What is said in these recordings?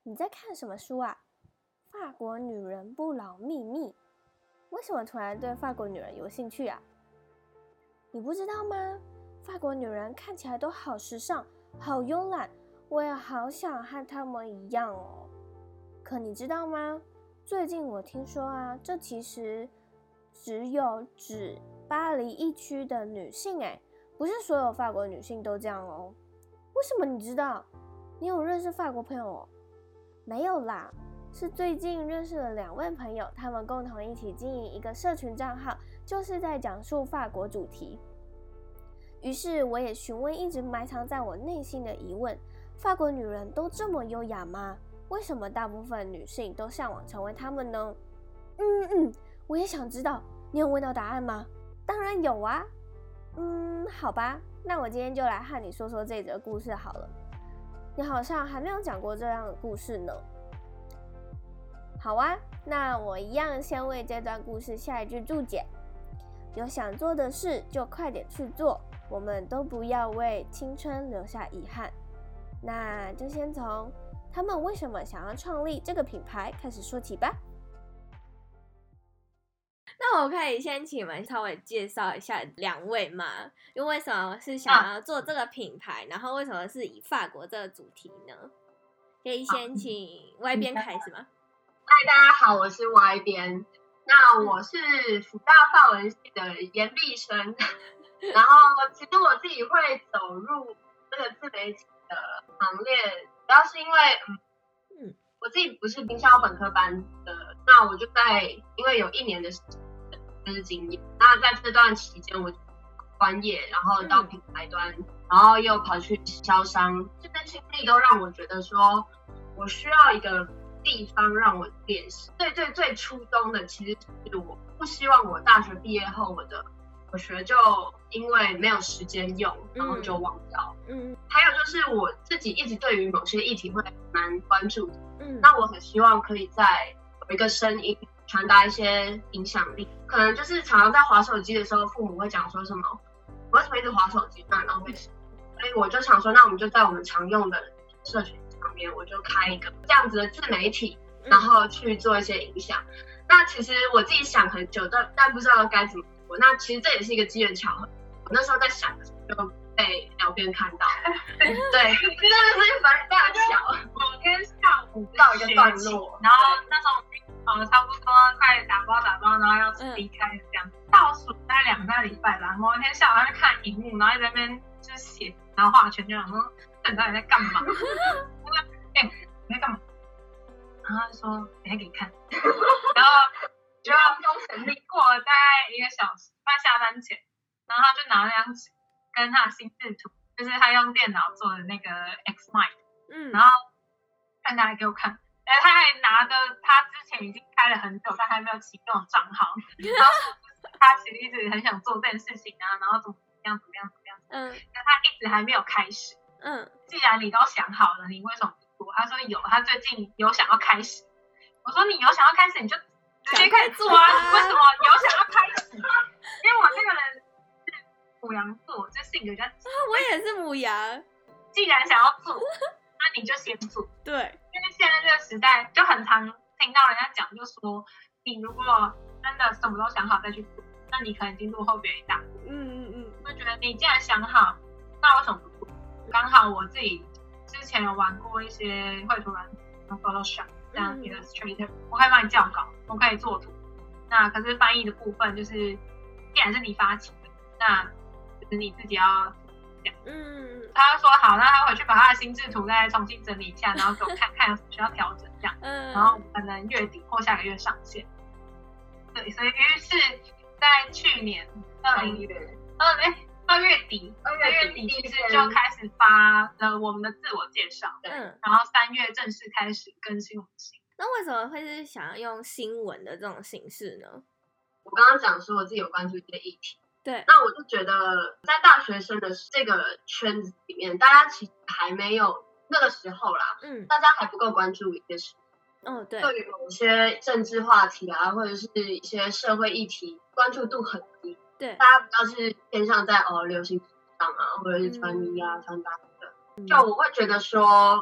你在看什么书啊？法国女人不老秘密。为什么突然对法国女人有兴趣啊？你不知道吗？法国女人看起来都好时尚，好慵懒，我也好想和她们一样哦。可你知道吗？最近我听说啊，这其实只有指巴黎一区的女性诶，不是所有法国女性都这样哦。为什么你知道？你有认识法国朋友哦？没有啦，是最近认识了2位朋友，他们共同一起经营一个社群账号，就是在讲述法国主题。于是我也询问一直埋藏在我内心的疑问：法国女人都这么优雅吗？为什么大部分女性都向往成为她们呢？我也想知道，你有问到答案吗？当然有啊。好吧，那我今天就来和你说说这则故事好了。你好像还没有讲过这样的故事呢。好啊，那我一样先为这段故事下一句注解：有想做的事就快点去做，我们都不要为青春留下遗憾。那就先从他们为什么想要创立这个品牌开始说起吧。那我可以先请你们稍微介绍一下2位吗？因为为什么是想要做这个品牌，然后为什么是以法国这个主题呢？可以先请 Y 边开始吗？ 嗨，大家好，我是 Y 边。那我是辅大法文系的研毕生，然后其实我自己会走入这个自媒体的行列，主要是因为我自己不是营销本科班的，那我就因为有1年的经验，那在这段期间我专业，然后到品牌端，然后又跑去销商，这些经历都让我觉得说我需要一个地方让我练习。最初衷的其实是我不希望我大学毕业后我学就因为没有时间用，然后就忘掉。还有就是我自己一直对于某些议题会蛮关注的。那我很希望可以在有一个声音传达一些影响力。可能就是常常在滑手机的时候，父母会讲说什么我为什么一直滑手机，那浪费时间。所以我就想说，那我们就在我们常用的社群上面，我就开一个这样子的自媒体，然后去做一些影响。那其实我自己想很久，但不知道该怎么做。那其实这也是一个机缘巧合，我那时候在想的时候就被聊边看到，对，真的是非常巧。 某天下午到一个段落， 然后那时候差不多快打包，然后要离开这样，倒数大概2-3礼拜吧。某一天下午他就看荧幕，然后在那边就是写，然后画圈，就想说你到底在干嘛？我说你在干嘛？然后他就说等一下给你看，然后就过了大概1个小时，快下班前，然后他就拿那张纸跟他的心智图，就是他用电脑做的那个 Xmind，然后看他给我看，他还拿着他之前已经开了很久但还没有启动的账号，然后他其实一直很想做这件事情啊，然后怎么样，但他一直还没有开始。既然你都想好了，你为什么不做？他说有，他最近有想要开始。我说你有想要开始，你就直接开始做啊！为什么有想要开始？因为我这个人是牡羊座，就性格比较我也是牡羊。 既然想要做，那你就先做。 对， 因为现在这个时代就很常听到人家讲，就说你如果真的什么都想好再去做，那你可能已经落后别人一大步。会觉得你既然想好，那为什么不做？刚好我自己之前有玩过一些绘图软体，Photoshop 这样 Illustrator，我可以帮你校稿，我可以做图。那可是翻译的部分，就是既然是你发起的，那就是你自己要讲。他就说好，那他回去把他的心智图再重新整理一下，然后给我看看有什么需要调整这样。然后可能月底或下个月上线。对，所以于是在去年2月底其实就开始发了我们的自我介绍，然后3月正式开始更新我们的新闻。 那为什么会是想要用新闻的这种形式呢？ 我刚刚讲说我自己有关注一些议题， 对， 那我就觉得在大学生的这个圈子里面，大家其实还没有那个时候啦，大家还不够关注一些事。 对， 对于某些政治话题啊，或者是一些社会议题，关注度很低。 对， 大家比较是偏向在流行上啊，或者是穿衣啊、穿搭的。就我会觉得说，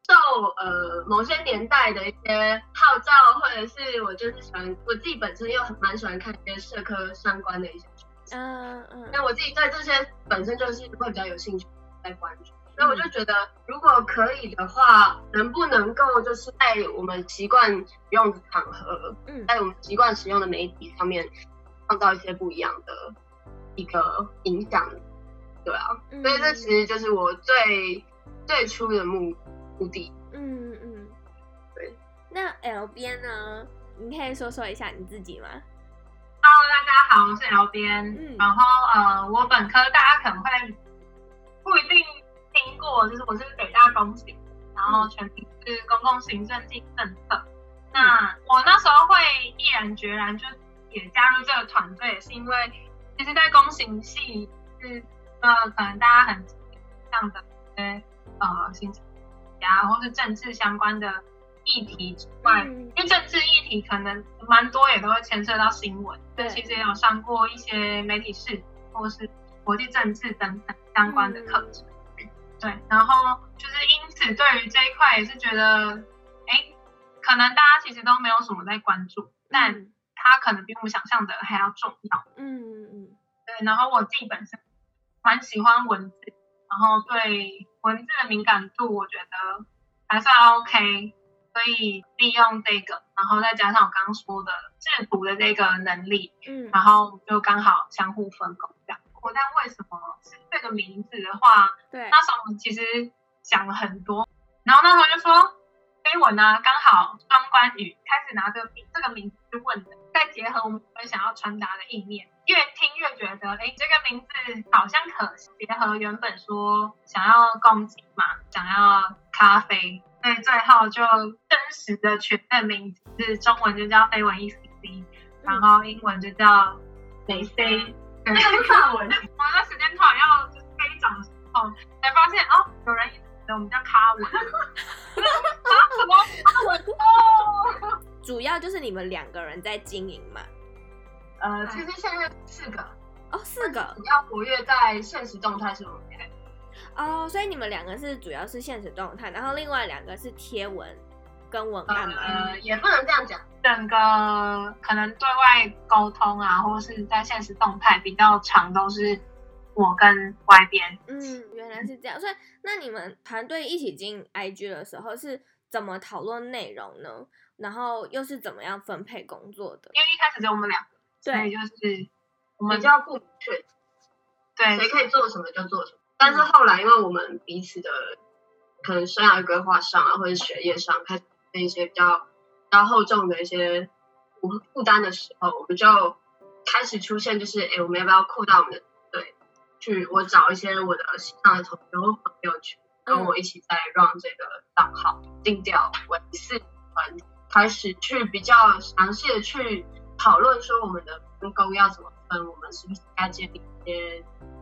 某些年代的一些号召，或者是我就是喜欢我自己本身又蛮喜欢看一些社科相关的一些书籍，那我自己对这些本身就是会比较有兴趣在关注，所以我就觉得如果可以的话，能不能够就是在我们习惯使用的场合，在我们习惯使用的媒体上面创造一些不一样的一个影响，对啊，所以这其实就是我最初的目的。对。 那 L 边呢？你可以说说一下你自己吗？ Hello， 大家好，我是 L 边。然后我本科大家可能会不一定听过，就是我是北大公行，然后全名是公共行政暨政策。那我那时候会毅然决然就也加入这个团队，也是因为其实，在公行系是可能大家很像的一些行政或是政治相关的议题之外，因为政治议题可能蛮多也都会牵涉到新闻，所以其实也有上过一些媒体视或是国际政治等等相关的课程。对，然后就是因此对于这一块也是觉得，可能大家其实都没有什么在关注，但它可能比我们想象的还要重要。对，然后我自己本身蛮喜欢文字，然后对文字的敏感度我觉得还算 OK， 所以利用这个，然后再加上我刚刚说的制图的这个能力，然后就刚好相互分工这样。但为什么是这个名字的话， 对， 那时候我们其实想了很多，然后那时候就说飞文啊，刚好双关语，开始拿这个名字去问的，再结合我们想要传达的意念，越听越觉得，这个名字好像可行，结合原本说想要攻击嘛，想要咖啡，所以最后就真实的全的名字是中文就叫飞文 ECC，然后英文就叫美飞。那个法文，我那时间突然要就是飞涨的时候，才发现有人一直觉得我们叫咖文，什么咖文主要就是你们2个人在经营嘛。 其实现在4个 ，4个， 主要活跃在现实动态是我们 2个。所以你们2个是主要是现实动态，然后另外2个是贴文跟文案嘛。 也不能这样讲。 整个可能对外沟通啊，或是在现实动态比较长都是我跟 Y 边。 原来是这样。所以那你们团队一起进 IG 的时候是怎么讨论内容呢？然后又是怎么样分配工作的？ 因为一开始只有我们2个，所以就是我们比较不明确， 对， 谁可以做什么就做什么。但是后来因为我们彼此的可能生涯规划上啊，或者学业上开始跟一些比较厚重的一些负担的时候，我们就开始出现，就是我们要不要扩大我们的队，去我找一些我的系上的同学或朋友去跟我一起在 run 这个账号，定调为4团，开始去比较详细的去讨论说我们的分工要怎么分，我们是不是该建立一些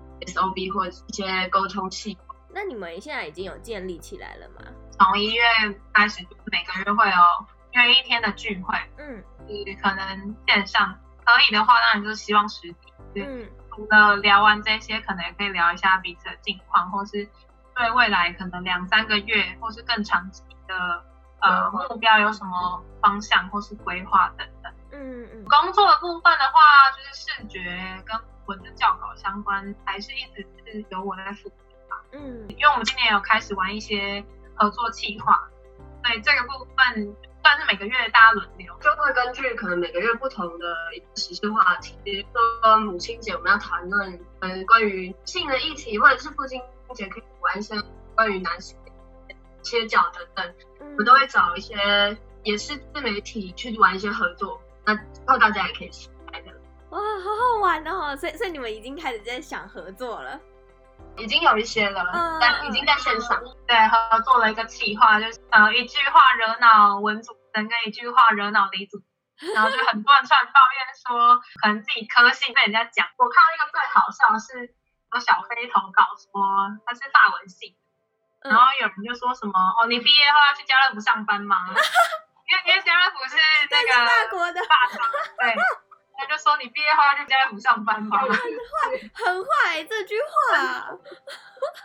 SOP 或者一些沟通系统。 那你们现在已经有建立起来了吗？ 从1月开始，每个月会有约1天的聚会，就是可能线上可以的话，当然就是希望实体。除了聊完这些，可能也可以聊一下彼此的近况，或是对未来可能2-3个月，或是更长期的目标有什么方向或是规划等等。工作的部分的话，就是视觉跟文字校稿相关，还是一直是由我在负责吧。因为我们今年有开始玩一些合作企划，所以这个部分算是每个月大家轮流， 就会根据可能每个月不同的时事话题，比如说母亲节我们要谈论关于性的议题，或者是父亲节可以玩一些关于男性切角等等，我都会找一些也是自媒体去玩一些合作，那之后大家也可以期待的。 哇，好好玩哦！所以你们已经开始在想合作了。 已经有一些了，但已经在线上。 对，合作了一个企划，就是一句话惹恼文组生跟一句话惹恼理组，然后就很多人突然抱怨说，可能自己科系被人家讲。我看到一个最好笑的是，有小飞投稿说他是法文系，然后有人就说什么你毕业后要去家乐福上班吗？因为家乐福是那个法国的法商，对。他就说你毕业后要去家乐福上班吗？ 很坏这句话。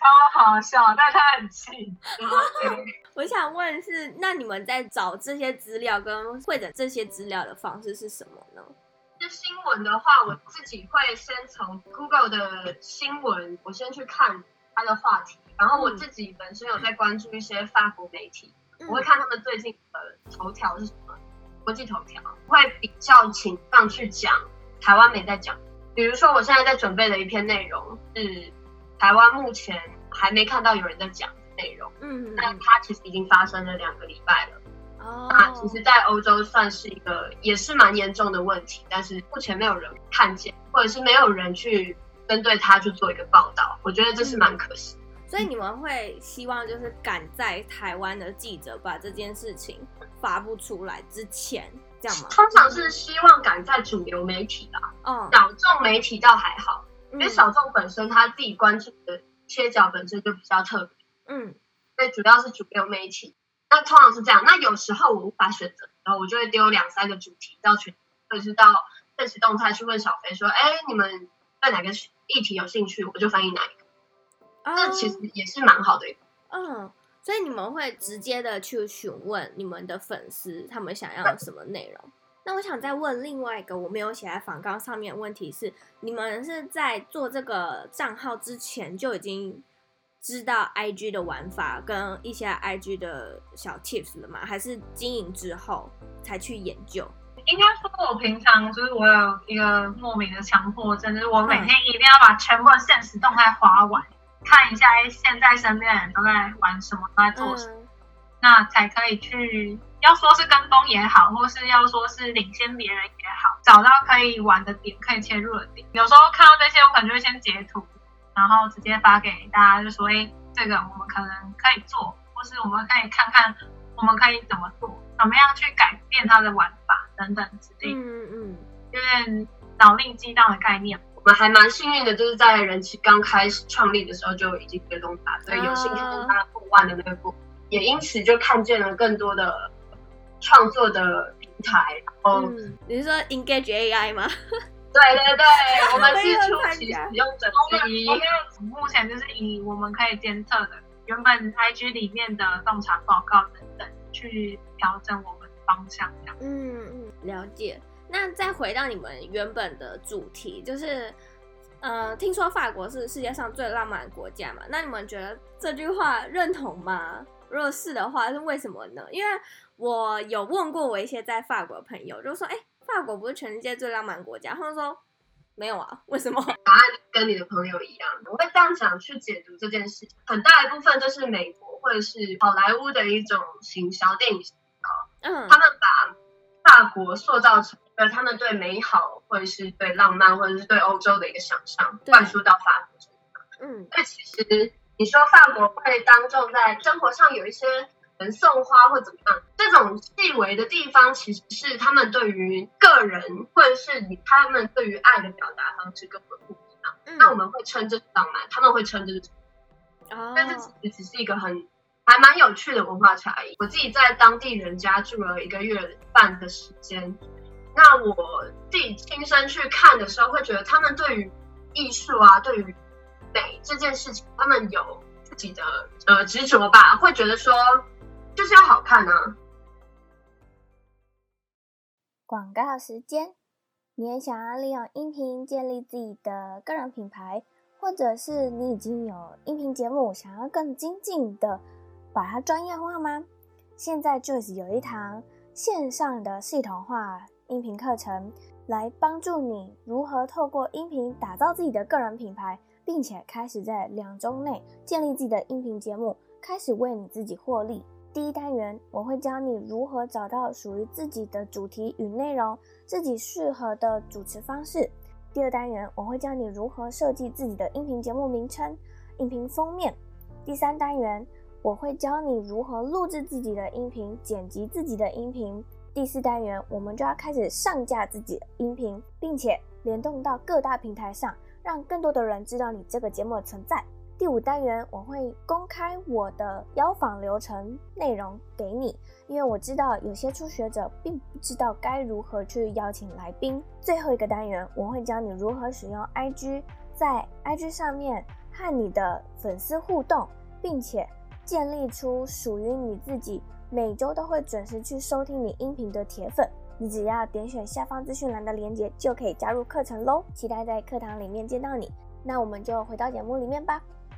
超好笑，但他很气。 我想问是，那你们在找这些资料跟汇整这些资料的方式是什么呢？ 是新闻的话，我自己会先从 Google 的新闻，我先去看它的话题，然后我自己本身有在关注一些法国媒体，我会看他们最近的头条是什么，国际头条，会比较倾向去讲台湾没在讲。比如说我现在在准备的一篇内容是台湾目前还没看到有人在讲的内容，但它其实已经发生了2个礼拜了。那其实在欧洲算是一个也是蛮严重的问题，但是目前没有人看见，或者是没有人去针对它去做一个报道，我觉得这是蛮可惜。 所以你们会希望就是赶在台湾的记者把这件事情发布出来之前，这样吗？ 通常是希望赶在主流媒体啦，小众媒体倒还好，因为小众本身他自己关注的切角本身就比较特别，所以主要是主流媒体。那通常是这样，那有时候我无法选择，然后我就会丢2-3个主题到群，或者是到现实动态去问小飞说，你们对哪个议题有兴趣，我就翻译哪一个。这其实也是蛮好的一个。 所以你们会直接的去询问你们的粉丝他们想要什么内容。那我想再问另外一个我没有写在访纲上面的问题是，你们是在做这个账号之前就已经知道 IG 的玩法跟一些 IG 的小 tips 了吗？还是经营之后才去研究？ 应该说我平常就是我有一个莫名的强迫症，就是我每天一定要把全部的现实动态滑完，看一下现在身边的人都在玩什么，都在做什么，那才可以去要说是跟风也好，或是要说是领先别人也好，找到可以玩的点，可以切入的点。有时候看到这些我可能就会先截图，然后直接发给大家，就说这个我们可能可以做，或是我们可以看看我们可以怎么做，怎么样去改变它的玩法等等之类的。有点脑力激荡的概念。 我们还蛮幸运的，就是在人气刚开始创立的时候就已经追踪它，所以有幸看到它过万的那个过，也因此就看见了更多的创作的平台。然后你是说 Engage AI 吗？ 对，我们是初期使用者之一。 目前就是以我们可以监测的原本 IG 里面的洞察报告等等去调整我们的方向。 了解。那再回到你们原本的主题，就是听说法国是世界上最浪漫的国家嘛？那你们觉得这句话认同吗？如果是的话，是为什么呢？因为我有问过我一些在法国的朋友，就说法国不是全世界最浪漫的国家，他们说没有啊，为什么？ 答案跟你的朋友一样，我会这样想去解读这件事情，很大一部分就是美国或者是好莱坞的一种行销，电影行销，他们把法国塑造成他们对美好或者是对浪漫或者是对欧洲的一个想象，灌输到法国身上。所以其实你说法国会当众在生活上有一些人送花或怎么样，这种细微的地方其实是他们对于个人或者是他们对于爱的表达方式根本不一样。那我们会称这是浪漫，他们会称这是但这其实只是一个还蛮有趣的文化差异。我自己在当地人家住了1个月半的时间，那我自己亲身去看的时候，会觉得他们对于艺术啊，对于美这件事情，他们有自己的执着吧，会觉得说就是要好看啊。 广告时间，你也想要利用音频建立自己的个人品牌，或者是你已经有音频节目，想要更精进的把它专业化吗？现在就是有一堂线上的系统化音频课程，来帮助你如何透过音频打造自己的个人品牌，并且开始在2周内建立自己的音频节目，开始为你自己获利。第1单元，我会教你如何找到属于自己的主题与内容，自己适合的主持方式。第2单元，我会教你如何设计自己的音频节目名称、音频封面。第3单元，我会教你如何录制自己的音频、剪辑自己的音频。第4单元，我们就要开始上架自己的音频，并且联动到各大平台上，让更多的人知道你这个节目的存在。第5单元，我会公开我的邀访流程内容给你，因为我知道有些初学者并不知道该如何去邀请来宾。最后一个单元，我会教你如何使用 IG， 在 IG 上面和你的粉丝互动，并且建立出属于你自己每周都会准时去收听你音频的铁粉。你只要点选下方资讯栏的连结就可以加入课程咯，期待在课堂里面见到你。那我们就回到节目里面吧。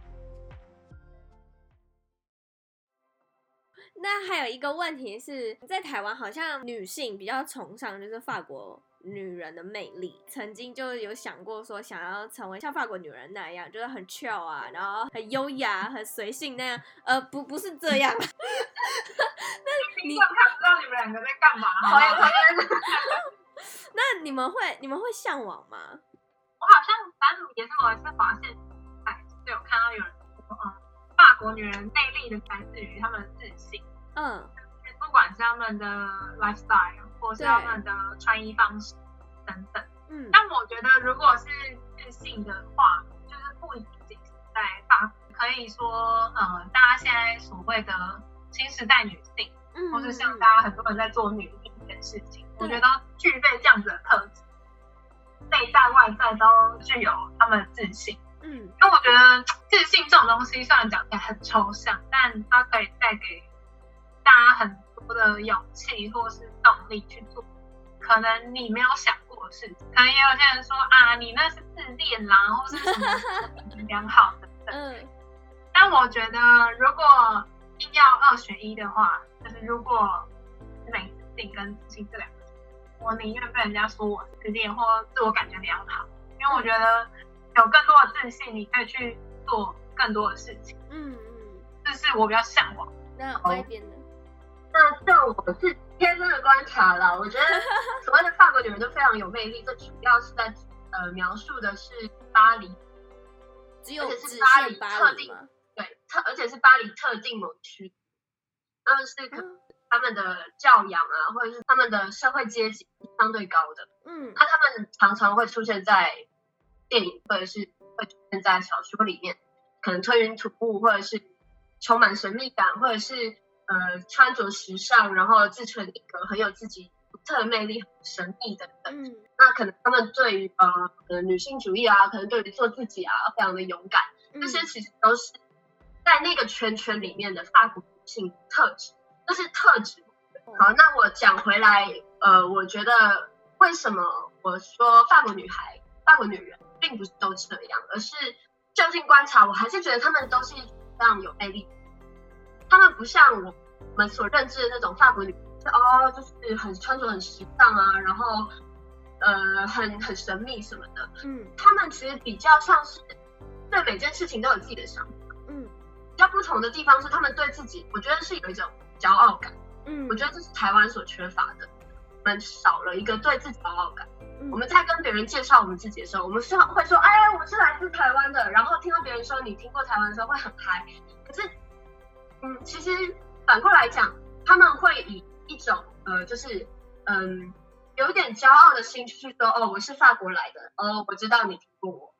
那还有一个问题是，在台湾好像女性比较崇尚就是法国女人的魅力，曾经就有想过说想要成为像法国女人那样，就是很 chill 啊，然后很优雅、很随性那样。不是这样。那你看不到你们两个在干嘛？ 讨厌。 那你们会向往吗？ 我好像反正也是某一次发现，就有看到有人说，法国女人魅力的来自于她们的自信。不管是他们的 lifestyle 或是他们的穿衣方式等等。但我觉得如果是自信的话，就是不仅仅是在法国，可以说大家现在所谓的新时代女性，或是像大家很多人在做女力这件事情，我觉得具备这样子的特质，内在外在都具有他们的自信。因为我觉得自信这种东西虽然讲起来很抽象，但它可以带给大家很多的勇气或是动力去做可能你没有想过的事情。可能也有些人说你那是自恋啦，或是什么良好等等。但我觉得如果硬要2选1的话，就是如果没自信跟自信这两个字，我宁愿被人家说我自恋或自我感觉良好，因为我觉得有更多的自信，你可以去做更多的事情。这是我比较向往。 那外边呢？ 那就我是天生的观察啦，我觉得所谓的法国女人都非常有魅力，这主要是在描述的是巴黎， 而且是巴黎特定而且是巴黎特定某区，他们是可能他们的教养啊，或者是他们的社会阶级相对高的。那他们常常会出现在电影，或者是会出现在小说里面，可能推云吐雾，或者是充满神秘感，或者是穿着时尚，然后自成一格，很有自己独特的魅力，很神秘等等。那可能他们对于女性主义啊，可能对于做自己啊，非常的勇敢。这些其实都是在那个圈圈里面的法国女性特质，这是特质。好，那我讲回来，我觉得为什么我说法国女人并不是都这样，而是就近观察，我还是觉得她们都是非常有魅力。她们不像我们所认知的那种法国女人，就是很穿着很时尚啊，然后很神秘什么的。她们其实比较像是对每件事情都有自己的想法。比较不同的地方是，她们对自己，我觉得是有一种骄傲感。我觉得这是台湾所缺乏的，我们少了一个对自己骄傲感。我们在跟别人介绍我们自己的时候，我们是会说，我是来自台湾的，然后听到别人说你听过台湾的时候会很嗨。可是其实反过来讲，他们会以一种就是有一点骄傲的心去说，我是法国来的，我知道你听过我。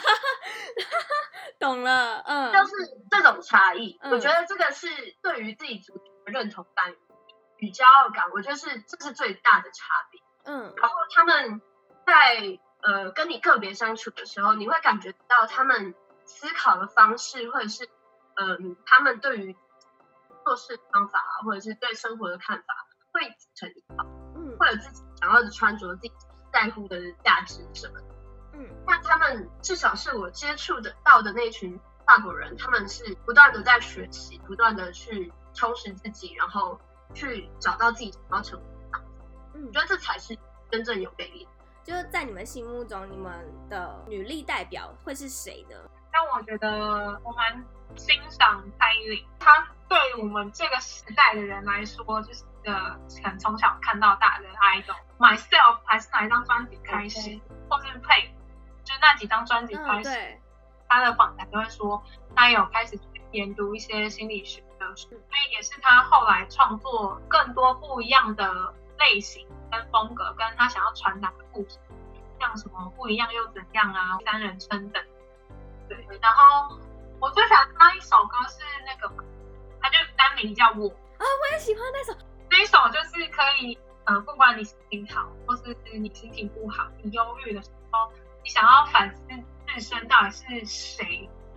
懂了。 就是这种差异。我觉得这个是对于自己族群的认同感与骄傲感，我觉得这是最大的差别。然后他们在跟你个别相处的时候，你会感觉到他们思考的方式，或者是他们对于做事的方法或者是对生活的看法会组成一套，会有自己想要的穿着，自己在乎的价值什么的。那他们至少是我接触到的那群法国人，他们是不断的在学习，不断的去充实自己，然后去找到自己想要成为的样子。我觉得这才是真正有魅力。 就是在你们心目中，你们的女力代表会是谁呢？ 但我觉得我蛮欣赏蔡依林，她对我们这个时代的人来说，就是可能从小看到大的 idol。Myself 还是哪一张专辑开始，或是 Play， 就是那几张专辑开始，他的访谈都会说，他有开始去研读一些心理学的书，所以也是他后来创作更多不一样的类型跟风格，跟他想要传达的故事，像什么不一样又怎样啊，三人称等。对，然后我最喜欢他一首歌是那个，他就单名叫我。 我也喜欢那首。 那一首就是可以，不管你心情好，或是你心情不好，你忧郁的时候，你想要反思自身到底是谁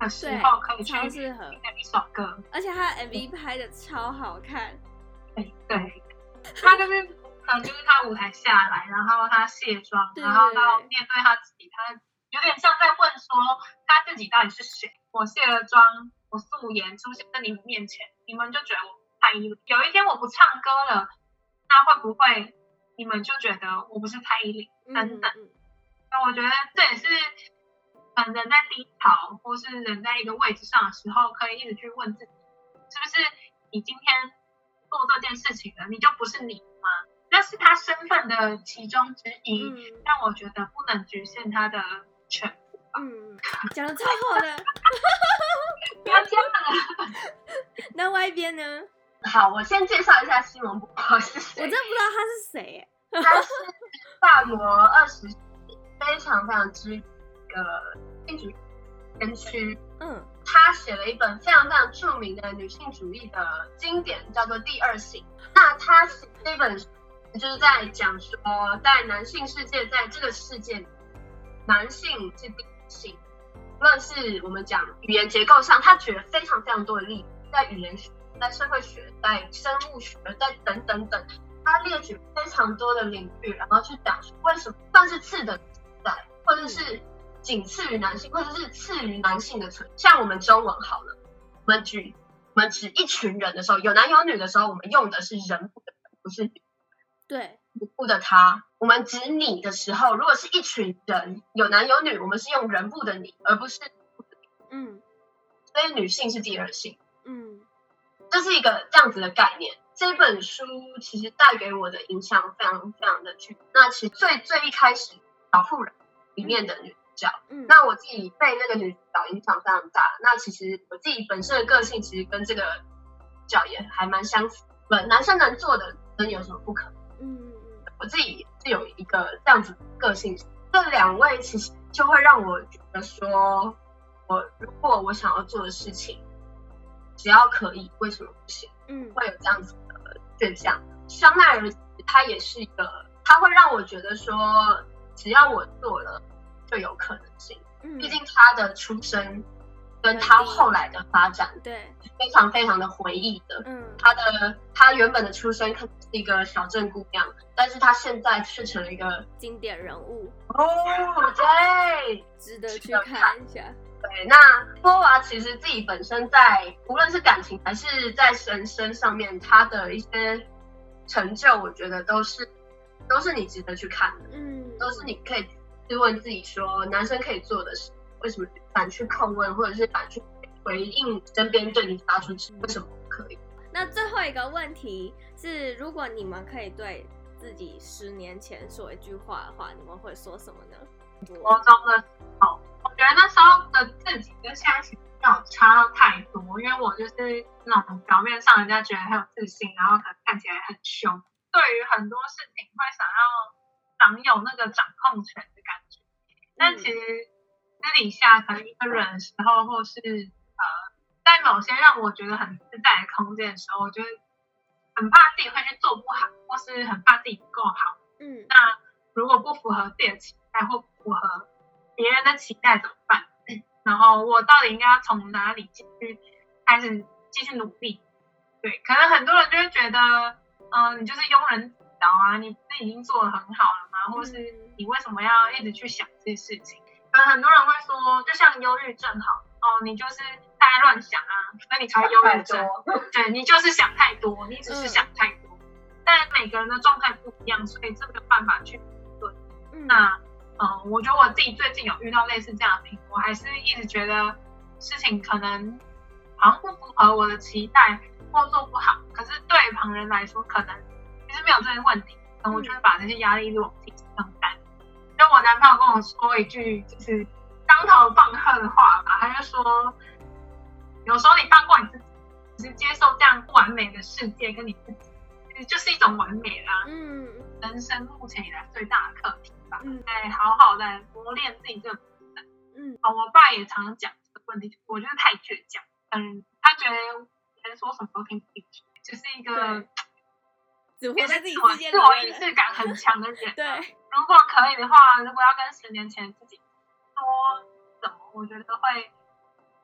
的时候可以去超适合听的一首歌， 而且他的 MV 拍的超好看。 对，他就是可能就是他舞台下来，然后他卸妆，然后到面对他自己，他有点像在问说他自己到底是谁。我卸了妆，我素颜出现在你们面前，你们就觉得我蔡依林。有一天我不唱歌了，那会不会你们就觉得我不是蔡依林？等等。那我觉得这也是人在低潮或是人在一个位置上的时候，可以一直去问自己，是不是你今天做这件事情了，你就不是你吗？那是他身份的其中之一，但我觉得不能局限他的全部。 讲得超好的。 不要这样了。 那外边呢？ 好，我先介绍一下西蒙波娃是谁。 我真的不知道他是谁耶。 他是法国20世纪非常非常知名的性主义先驱。他写了一本非常非常著名的女性主义的经典，叫做《第二性》。那他写这本书就是在讲说，在男性世界，在这个世界里，男性是第一性。无论是我们讲语言结构上，他举了非常非常多的例子，在语言学、在社会学、在生物学、在等等等，他列举非常多的领域，然后去讲说为什么算是次等存在，或者是仅次于男性，或者是次于男性的存在。像我们中文好了，我们指一群人的时候，有男有女的时候，我们用的是人部的人，不是女。 对， 部的他。我们指你的时候，如果是一群人，有男有女，我们是用人部的你，而不是所以女性是第二性。这是一个这样子的概念。这本书其实带给我的影响非常非常的巨大。那其实最一开始小妇人里面的女主角，那我自己被那个女主角影响非常大。那其实我自己本身的个性其实跟这个主角也还蛮相似。男生能做的，女生有什么不可能？我自己是有一个这样子的个性。这两位其实就会让我觉得说，如果我想要做的事情，只要可以，为什么不行？会有这样子的倔强。香奈儿他也是一个，他会让我觉得说，只要我做了，就有可能性。毕竟他的出身跟他后来的发展， 对， 非常非常的回忆的。他原本的出身可能是一个小镇姑娘，但是他现在却成了一个经典人物。 对， 值得去看一下。 对，那波娃其实自己本身在无论是感情还是在人生上面，他的一些成就，我觉得都是你值得去看的。都是你可以去问自己说，男生可以做的事，为什么敢去叩问，或者是敢去回应身边对你发出为什么不可以？ 那最后一个问题是，如果你们可以对自己10年前说一句话的话，你们会说什么呢？ 国中的时候，我觉得那时候的自己跟现在其实没有差到太多，因为我就是那种表面上人家觉得很有自信，然后可能看起来很凶，对于很多事情会想要掌有那个掌控权的感觉。但其实私底下可能一个人的时候，或是在某些让我觉得很自在的空间的时候，我觉得很怕自己会去做不好，或是很怕自己不够好。那如果不符合自己的期待，或不符合别人的期待怎么办？然后我到底应该要从哪里开始继续努力？对，可能很多人就会觉得，你就是庸人自扰啊，你已经做得很好了吗？或是你为什么要一直去想这些事情？可能很多人会说，就像忧郁症好，你就是太爱乱想啊，那你才会忧郁症。对，你就是想太多，你只是想太多。但每个人的状态不一样，所以这没有办法去评论。那我觉得我自己最近有遇到类似这样的评论，我还是一直觉得事情可能好像不符合我的期待，或做不好。可是对旁人来说，可能其实没有这些问题，我就会把这些压力往自己身上担。就我男朋友跟我说一句就是当头棒喝的话吧，他就说，有时候你放过你自己，只是接受这样不完美的世界跟你自己，其实就是一种完美啦。人生目前以来最大的课题吧，在好好的磨练自己这个部分。我爸也常常讲这个问题，我觉得太倔强。他觉得别人说什么都听不进去，就是一个只活在自己世界里自我意识感很强的人。 对， 如果可以的话，如果要跟10年前自己说什么，我觉得会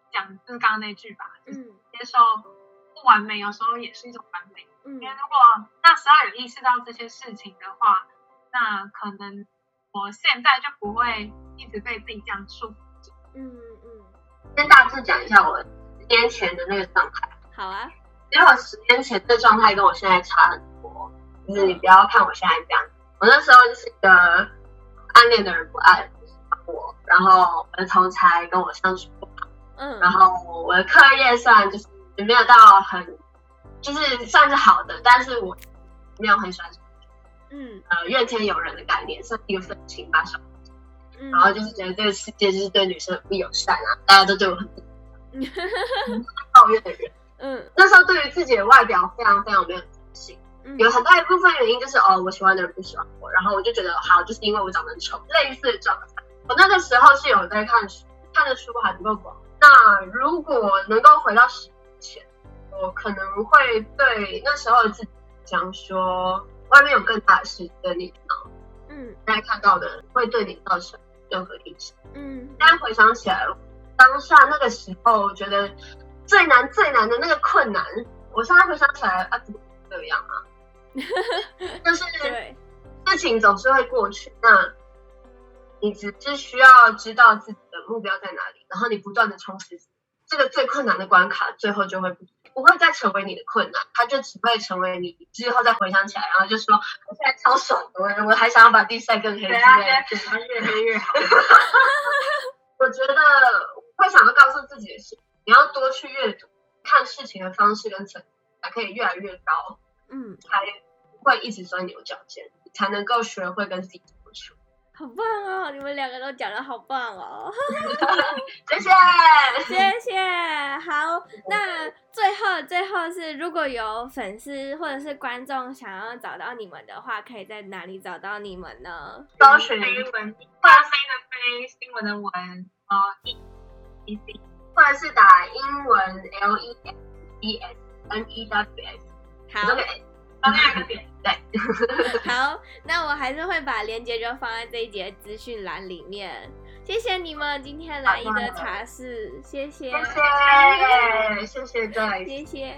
讲就是刚刚那句吧，就是嗯接受不完美，有时候也是一种完美。 嗯因为如果那时候有意识到这些事情的话，那可能我现在就不会一直被自己这样束缚着。 嗯， 先大致讲一下我10年前的那个状态。 好啊。 因为我10年前的状态跟我现在差很多，就是你不要看我现在这样，我那时候就是一个暗恋的人不爱我，然后我的同侪跟我相处不好，然后我的课业算就是没有到很，就是算是好的，但是我没有很喜欢怨天尤人的概念，算一个愤青吧，然后就是觉得这个世界就是对女生很不友善啊，大家都对我很抱怨的人。那时候对于自己的外表非常非常没有自信，有很大一部分原因就是我喜欢的人不喜欢我，然后我就觉得好，就是因为我长得丑，类似的状态。我那个时候是有在看书，看的书还不够广。那如果能够回到10年前，我可能会对那时候的自己讲说，外面有更大的世界跟你闹，大家看到的会对你造成任何影响。现在回想起来，当下那个时候，我觉得最难的那个困难，我现在回想起来怎么这样啊？就是事情总是会过去，那你只是需要知道自己的目标在哪里，然后你不断的充实这个最困难的关卡，最后就会不会再成为你的困难，它就只会成为你之后再回想起来，然后就说我现在超爽的，我还想要把地晒更黑之类的， 它越黑越好。 我觉得我会想要告诉自己的是，你要多去阅读，看事情的方式跟层次才可以越来越高，才不会一直钻牛角尖，才能够学会跟自己相处。 好棒哦！你们2个都讲得好棒哦！ 谢谢， 谢谢。好，那最后是，如果有粉丝或者是观众想要找到你们的话，可以在哪里找到你们呢？ 搜寻飞文，发飞的飞，新闻的文，EC， 或者是打英文 LESNEWS， 好。 中间有个点， 对。 好，那我还是会把链接就放在这一节资讯栏里面。谢谢你们今天来一个茶室，谢谢， 谢谢，谢谢 Joyce， 谢谢。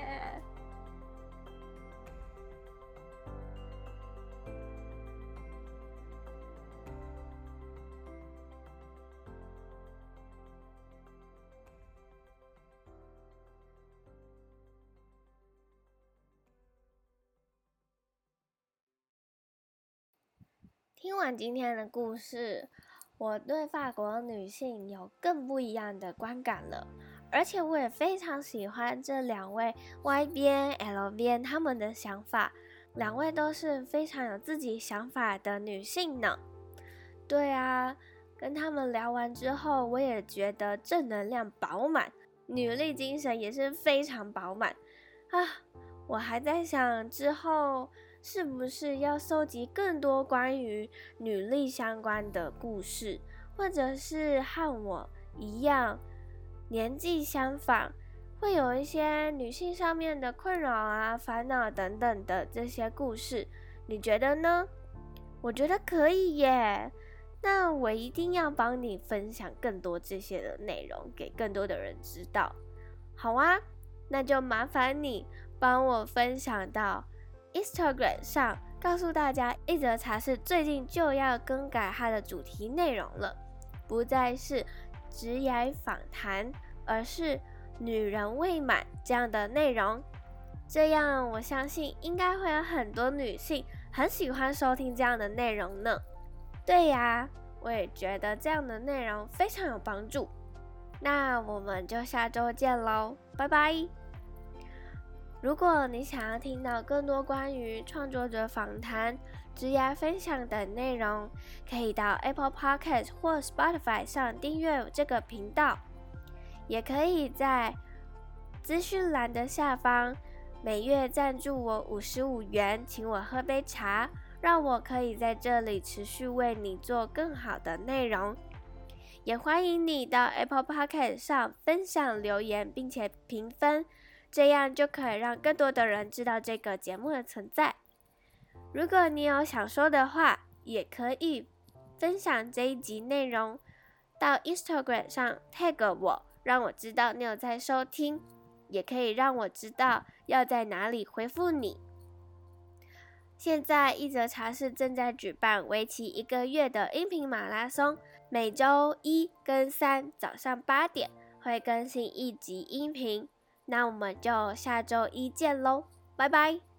听完今天的故事，我对法国女性有更不一样的观感了，而且我也非常喜欢这2位 Y 边 L 边他们的想法，2位都是非常有自己想法的女性呢。对啊，跟他们聊完之后，我也觉得正能量饱满，女力精神也是非常饱满啊！我还在想之后是不是要收集更多关于女力相关的故事，或者是和我一样年纪相仿，会有一些女性上面的困扰啊、烦恼等等的这些故事，你觉得呢？我觉得可以耶，那我一定要帮你分享更多这些的内容给更多的人知道。好啊，那就麻烦你帮我分享到Instagram 上，告诉大家一则茶室最近就要更改它的主题内容了，不再是职涯访谈，而是女人未满这样的内容。这样我相信应该会有很多女性很喜欢收听这样的内容呢。对呀，我也觉得这样的内容非常有帮助。那我们就下周见咯，拜拜。如果你想要听到更多关于创作者访谈、职业分享等内容，可以到 Apple Podcast 或 Spotify 上订阅这个频道，也可以在资讯栏的下方每月赞助我55元，请我喝杯茶，让我可以在这里持续为你做更好的内容。也欢迎你到 Apple Podcast 上分享留言并且评分，这样就可以让更多的人知道这个节目的存在。如果你有想说的话，也可以分享这一集内容到 Instagram 上 tag 我， 让我知道你有在收听，也可以让我知道要在哪里回复你。现在一则茶室正在举办为期1个月的音频马拉松，每周1跟3早上8点会更新1集音频，那我们就下周1见咯，拜拜。